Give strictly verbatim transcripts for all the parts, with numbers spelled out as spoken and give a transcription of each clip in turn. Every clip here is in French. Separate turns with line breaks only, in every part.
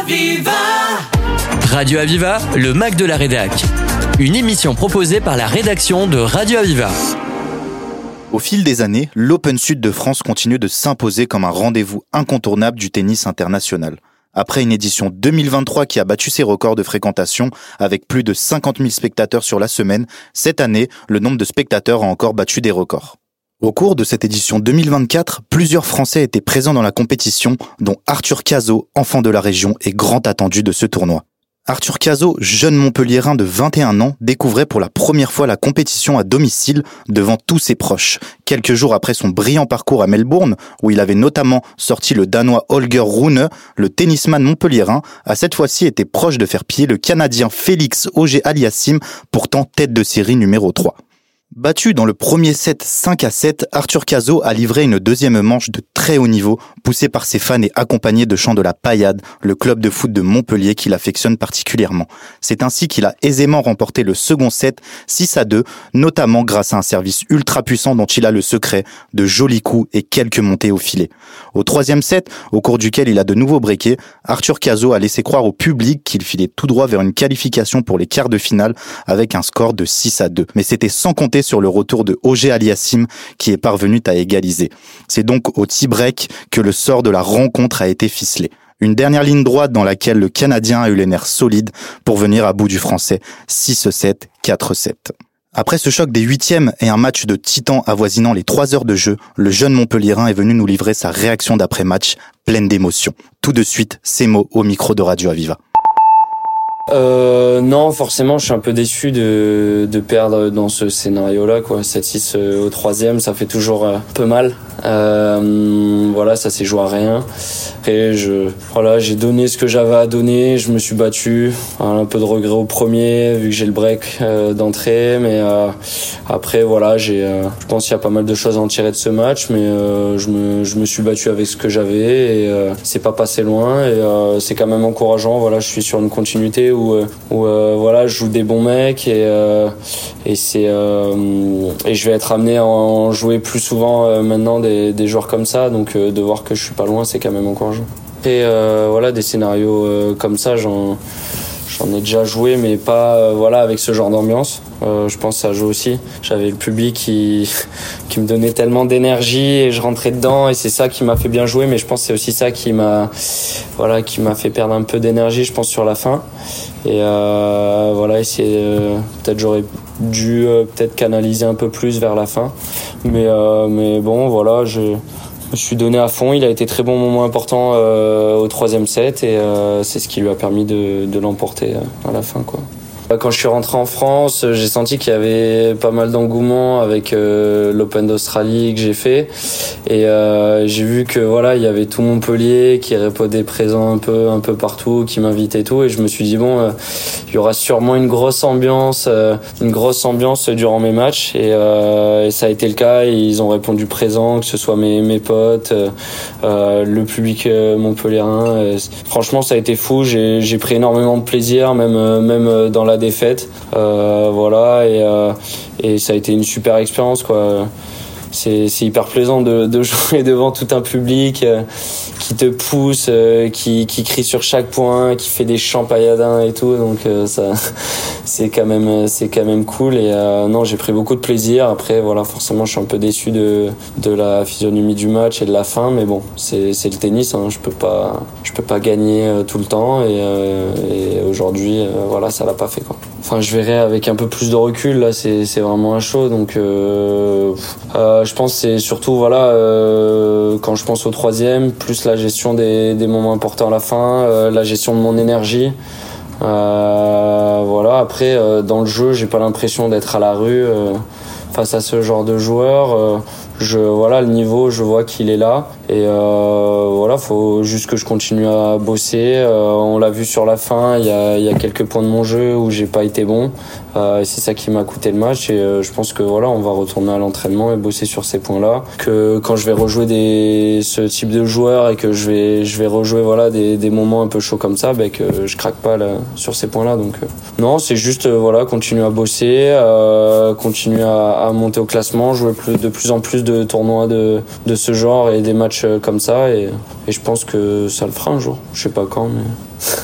Aviva.
Radio Aviva, le Mac de la Rédac. Une émission proposée par la rédaction de Radio Aviva.
Au fil des années, l'Open Sud de France continue de s'imposer comme un rendez-vous incontournable du tennis international. Après une édition deux mille vingt-trois qui a battu ses records de fréquentation avec plus de cinquante mille spectateurs sur la semaine, cette année, le nombre de spectateurs a encore battu des records. Au cours de cette édition deux mille vingt-quatre, plusieurs Français étaient présents dans la compétition, dont Arthur Cazaux, enfant de la région et grand attendu de ce tournoi. Arthur Cazaux, jeune Montpelliérain de vingt et un ans, découvrait pour la première fois la compétition à domicile devant tous ses proches. Quelques jours après son brillant parcours à Melbourne, où il avait notamment sorti le Danois Holger Rune, le tennisman montpelliérain a cette fois-ci été proche de faire plier le Canadien Félix Auger-Aliassime, pourtant tête de série numéro trois. Battu dans le premier set cinq à sept, Arthur Cazaux a livré une deuxième manche de très haut niveau, poussé par ses fans et accompagné de chants de la Paillade, le club de foot de Montpellier qu'il affectionne particulièrement. C'est ainsi qu'il a aisément remporté le second set six à deux, notamment grâce à un service ultra puissant dont il a le secret, de jolis coups et quelques montées au filet. Au troisième set, au cours duquel il a de nouveau breaké, Arthur Cazaux a laissé croire au public qu'il filait tout droit vers une qualification pour les quarts de finale avec un score de six à deux. Mais c'était sans compter sur le retour de Auger-Aliassime qui est parvenu à égaliser. C'est donc au tie-break que le sort de la rencontre a été ficelé. Une dernière ligne droite dans laquelle le Canadien a eu les nerfs solides pour venir à bout du Français, six sept, quatre sept. Après ce choc des huitièmes et un match de titan avoisinant les trois heures de jeu, le jeune Montpelliérain est venu nous livrer sa réaction d'après-match, pleine d'émotion. Tout de suite, ces mots au micro de Radio Aviva.
Euh, non, forcément, je suis un peu déçu de, de perdre dans ce scénario-là, quoi. sept six au troisième, ça fait toujours un peu mal. Euh, voilà, ça s'est joué à rien. Et je, voilà, j'ai donné ce que j'avais à donner, je me suis battu. Un peu de regret au premier, vu que j'ai le break euh, d'entrée, mais euh, après, voilà, j'ai, euh, je pense qu'il y a pas mal de choses à en tirer de ce match, mais euh, je me, je me suis battu avec ce que j'avais et euh, c'est pas passé loin et euh, c'est quand même encourageant. Voilà, je suis sur une continuité où, où euh, voilà, je joue des bons mecs et euh, et c'est euh, et je vais être amené à en jouer plus souvent euh, maintenant des, des joueurs comme ça, donc euh, de voir que je suis pas loin, c'est quand même encourageant. Et euh, voilà, des scénarios euh, comme ça, j'en J'en ai déjà joué, mais pas euh, voilà, avec ce genre d'ambiance. Euh, je pense que ça joue aussi. J'avais le public qui, qui me donnait tellement d'énergie et je rentrais dedans et c'est ça qui m'a fait bien jouer. Mais je pense que c'est aussi ça qui m'a, voilà, qui m'a fait perdre un peu d'énergie, je pense, sur la fin. Et euh, voilà, essayer, euh, peut-être j'aurais dû euh, peut-être canaliser un peu plus vers la fin. Mais, euh, mais bon, voilà, je... Je me suis donné à fond, il a été très bon moment important euh, au troisième set et euh, c'est ce qui lui a permis de, de l'emporter à la fin, quoi. Quand je suis rentré en France, j'ai senti qu'il y avait pas mal d'engouement avec euh, l'Open d'Australie que j'ai fait et euh, j'ai vu que voilà, il y avait tout Montpellier qui répondait présent un peu un peu partout, qui m'invitait et tout et je me suis dit bon, euh, il y aura sûrement une grosse ambiance, euh, une grosse ambiance durant mes matchs et, euh, et ça a été le cas. Et ils ont répondu présent, que ce soit mes mes potes, euh, le public euh, montpelliérain. Euh, franchement, ça a été fou. J'ai j'ai pris énormément de plaisir, même euh, même dans la défaite, euh, voilà, et, euh, et ça a été une super expérience, quoi. C'est, c'est hyper plaisant de, de jouer devant tout un public euh, qui te pousse, euh, qui, qui crie sur chaque point, qui fait des chants pailladins et tout. Donc euh, ça, c'est quand même, c'est quand même cool. Et euh, non, j'ai pris beaucoup de plaisir. Après, voilà, forcément, je suis un peu déçu de, de la physionomie du match et de la fin, mais bon, c'est, c'est le tennis. Hein, je peux pas, je peux pas gagner euh, tout le temps. Et, euh, et aujourd'hui, euh, voilà, ça l'a pas fait, quoi. Enfin, je verrai avec un peu plus de recul. Là, c'est, c'est vraiment un show. Donc, euh, euh, je pense que c'est surtout, voilà, euh, quand je pense au troisième, plus la gestion des, des moments importants à la fin, euh, la gestion de mon énergie. Euh, voilà. Après, euh, dans le jeu, j'ai pas l'impression d'être à la rue euh, face à ce genre de joueurs. Euh, je, voilà, le niveau, je vois qu'il est là. Et euh, voilà, faut juste que je continue à bosser. Euh, on l'a vu sur la fin, il y a, il y a quelques points de mon jeu où j'ai pas été bon. Euh, et c'est ça qui m'a coûté le match. Et euh, je pense que voilà, on va retourner à l'entraînement et bosser sur ces points-là. Que quand je vais rejouer des, ce type de joueurs et que je vais, je vais rejouer voilà des, des moments un peu chauds comme ça, ben que je craque pas là, sur ces points-là. Donc euh, non, c'est juste euh, voilà, continuer à bosser, euh, continuer à, à monter au classement, jouer plus, de plus en plus de tournois de, de ce genre et des matchs comme ça et, et je pense que ça le fera un jour. Je sais pas quand, mais...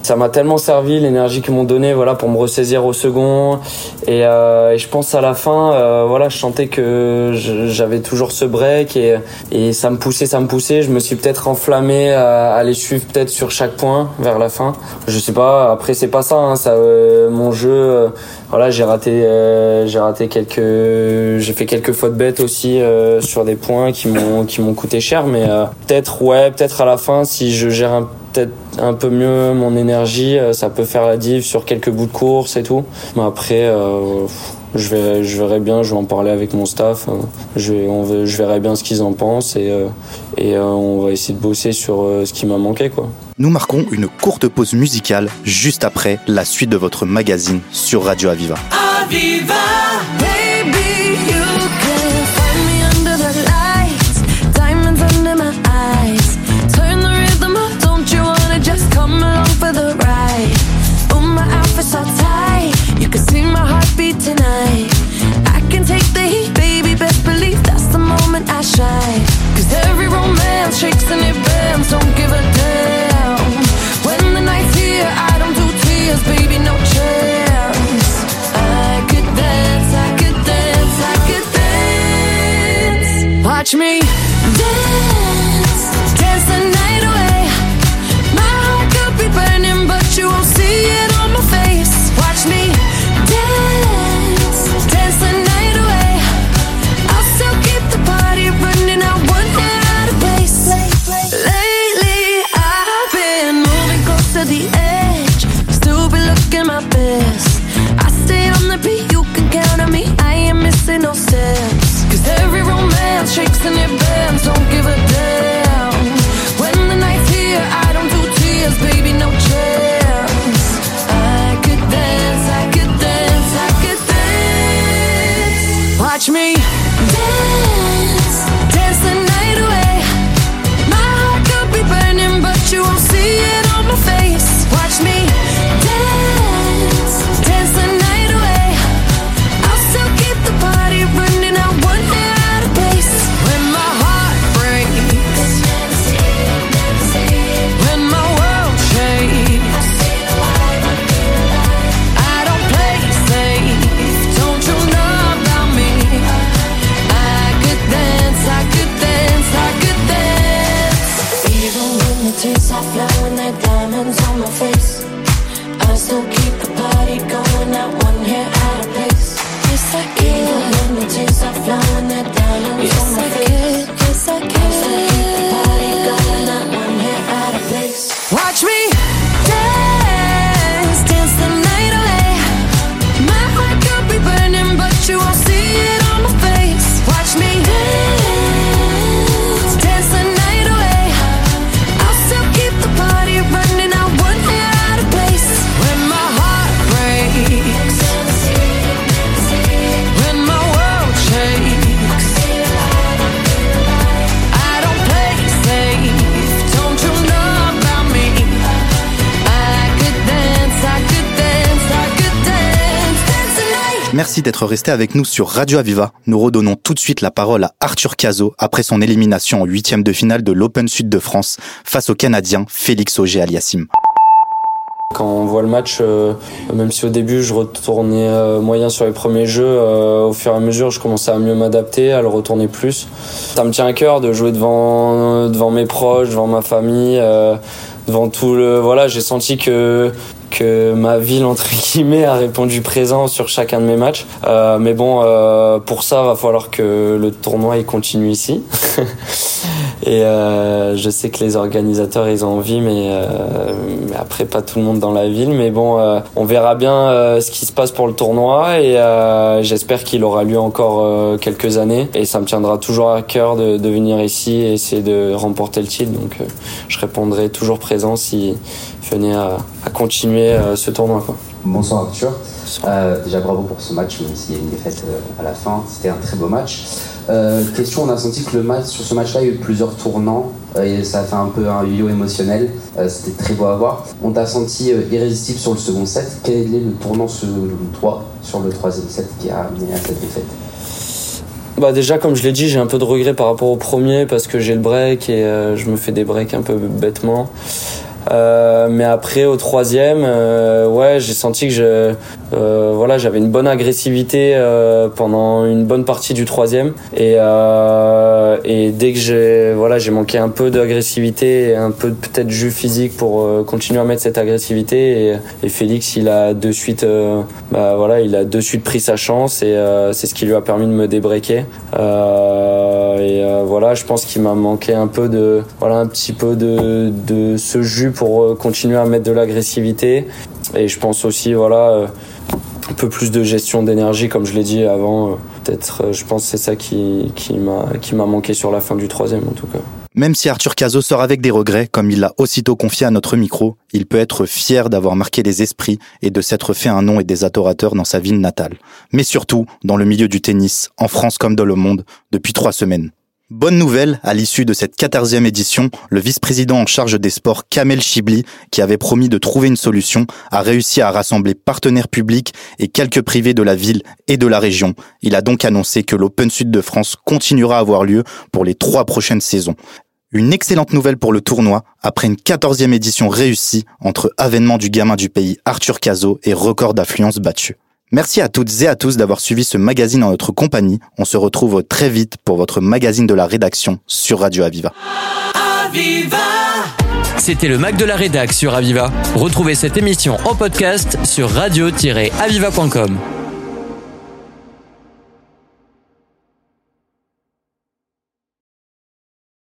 ça m'a tellement servi l'énergie qu'ils m'ont donnée, voilà, pour me ressaisir au second. Et, euh, et je pense à la fin, euh, voilà, je sentais que je, j'avais toujours ce break et, et ça me poussait, ça me poussait. Je me suis peut-être enflammé à, à les suivre peut-être sur chaque point vers la fin. Je sais pas. Après c'est pas ça. Hein, ça, euh, mon jeu, euh, voilà, j'ai raté, euh, j'ai raté quelques, j'ai fait quelques fautes bêtes aussi euh, sur des points qui m'ont, qui m'ont coûté cher. Mais euh, peut-être, ouais, peut-être à la fin, si je gère un peut-être un peu mieux mon énergie, ça peut faire la diff sur quelques bouts de course et tout. Mais après, euh, je verrai, je verrai bien, je vais en parler avec mon staff. Je, vais, on va, je verrai bien ce qu'ils en pensent et, euh, et euh, on va essayer de bosser sur euh, ce qui m'a manqué, quoi.
Nous marquons une courte pause musicale juste après la suite de votre magazine sur Radio Aviva. Aviva, baby, you can find me under the lights, diamonds under my eyes. Turn the rhythm up, don't you wanna just come along for the ride? Oh, my outfit's all tight, you can see my heartbeat tonight. I can take the heat, baby, best believe that's the moment I shine. Cause every romance shakes and it bends, don't give a damn. When the night's here, I don't do tears, baby, no chance. I could dance, I could dance, I could dance. Watch me dance, dance the night away. My heart could be burning, but you won't see it on my face. Watch me dance, dance the night away. I'll still keep the party running, I won't get out of place. Lately I've been moving close to the edge, still be looking my best. I stay on the beat, you can count on me, I ain't missing no steps. Cause every romance shakes and it bends, don't give a damn. When the night's here, I don't do tears, baby, no chance. I could dance, I could dance, I could dance. Watch me dance, dance the night away. My heart could be burning, but you won't see it on my face. Watch me dance, dance the night away. I'll still keep the party running, I won't get out of place. When my heart breaks, when my world shakes, I don't play safe, don't you know about me? I could dance, I could dance, I could dance. Even when the tears are flowing, they're diamonds on my face, I still keep the party going, not one hair out of place. Yes, I can. Even when the tears are flowing, they're diamonds yes, on my I face. Can. Yes, I can. I still keep the party going, not one hair out of place. Watch me dance, dance the night away. My heart could be burning, but you won't see it on my face. Watch me dance, dance the night away. I'll still keep the party running, I won't get out of place. When my heart breaks, when my world shakes, I don't play safe, don't you know about me? I could dance, I could dance, I could dance, dance tonight. Merci d'être resté avec nous sur Radio Aviva. Nous redonnons tout de suite la parole à Arthur Cazot après son élimination en huitième de finale de l'Open Sud de France face au Canadien Félix Auger-Aliassime.
Quand on voit le match, euh, même si au début je retournais euh, moyen sur les premiers jeux, euh, au fur et à mesure je commençais à mieux m'adapter, à le retourner plus. Ça me tient à cœur de jouer devant devant mes proches, devant ma famille, euh, devant tout le voilà. J'ai senti que que ma ville entre guillemets a répondu présent sur chacun de mes matchs. Euh, mais bon, euh, pour ça, va falloir que le tournoi il continue ici. Et euh, je sais que les organisateurs ils ont envie, mais, euh, mais après pas tout le monde dans la ville. Mais bon, euh, on verra bien euh, ce qui se passe pour le tournoi et euh, j'espère qu'il aura lieu encore euh, quelques années. Et ça me tiendra toujours à cœur de, de venir ici et essayer de remporter le titre. Donc euh, je répondrai toujours présent si venez à, à continuer euh, ce tournoi, quoi.
Bonsoir Arthur. Euh, déjà bravo pour ce match, même s'il y a une défaite euh, à la fin. C'était un très beau match. Euh, question, on a senti que le match, sur ce match-là, il y a eu plusieurs tournants euh, et ça a fait un peu un yo-yo émotionnel. Euh, c'était très beau à voir. On t'a senti euh, irrésistible sur le second set. Quel est le tournant selon toi sur le troisième set qui a amené à cette défaite?
Bah déjà, comme je l'ai dit, j'ai un peu de regret par rapport au premier parce que j'ai le break et euh, je me fais des breaks un peu bêtement. Euh, mais après au troisième, euh, ouais, j'ai senti que je, euh, voilà, j'avais une bonne agressivité euh, pendant une bonne partie du troisième. Et, euh, et dès que j'ai, voilà, j'ai manqué un peu d'agressivité et un peu peut-être jus physique pour euh, continuer à mettre cette agressivité. Et, et Félix, il a de suite, euh, bah voilà, il a de suite pris sa chance et euh, c'est ce qui lui a permis de me débreaker. Euh, et euh, voilà, je pense qu'il m'a manqué un peu de, voilà, un petit peu de, de ce jus pour continuer à mettre de l'agressivité. Et je pense aussi, voilà, un peu plus de gestion d'énergie, comme je l'ai dit avant. Peut-être, je pense que c'est ça qui, qui m'a, qui m'a manqué sur la fin du troisième, en tout cas.
Même si Arthur Cazaux sort avec des regrets, comme il l'a aussitôt confié à notre micro, il peut être fier d'avoir marqué les esprits et de s'être fait un nom et des adorateurs dans sa ville natale. Mais surtout, dans le milieu du tennis, en France comme dans le monde, depuis trois semaines. Bonne nouvelle, à l'issue de cette quatorzième édition, le vice-président en charge des sports Kamel Chibli, qui avait promis de trouver une solution, a réussi à rassembler partenaires publics et quelques privés de la ville et de la région. Il a donc annoncé que l'Open Sud de France continuera à avoir lieu pour les trois prochaines saisons. Une excellente nouvelle pour le tournoi, après une quatorzième édition réussie entre avènement du gamin du pays Arthur Cazaux et record d'affluence battu. Merci à toutes et à tous d'avoir suivi ce magazine en notre compagnie. On se retrouve très vite pour votre magazine de la rédaction sur Radio Aviva.
Aviva. C'était le Mac de la Rédac sur Aviva. Retrouvez cette émission en podcast sur radio tiret aviva point com.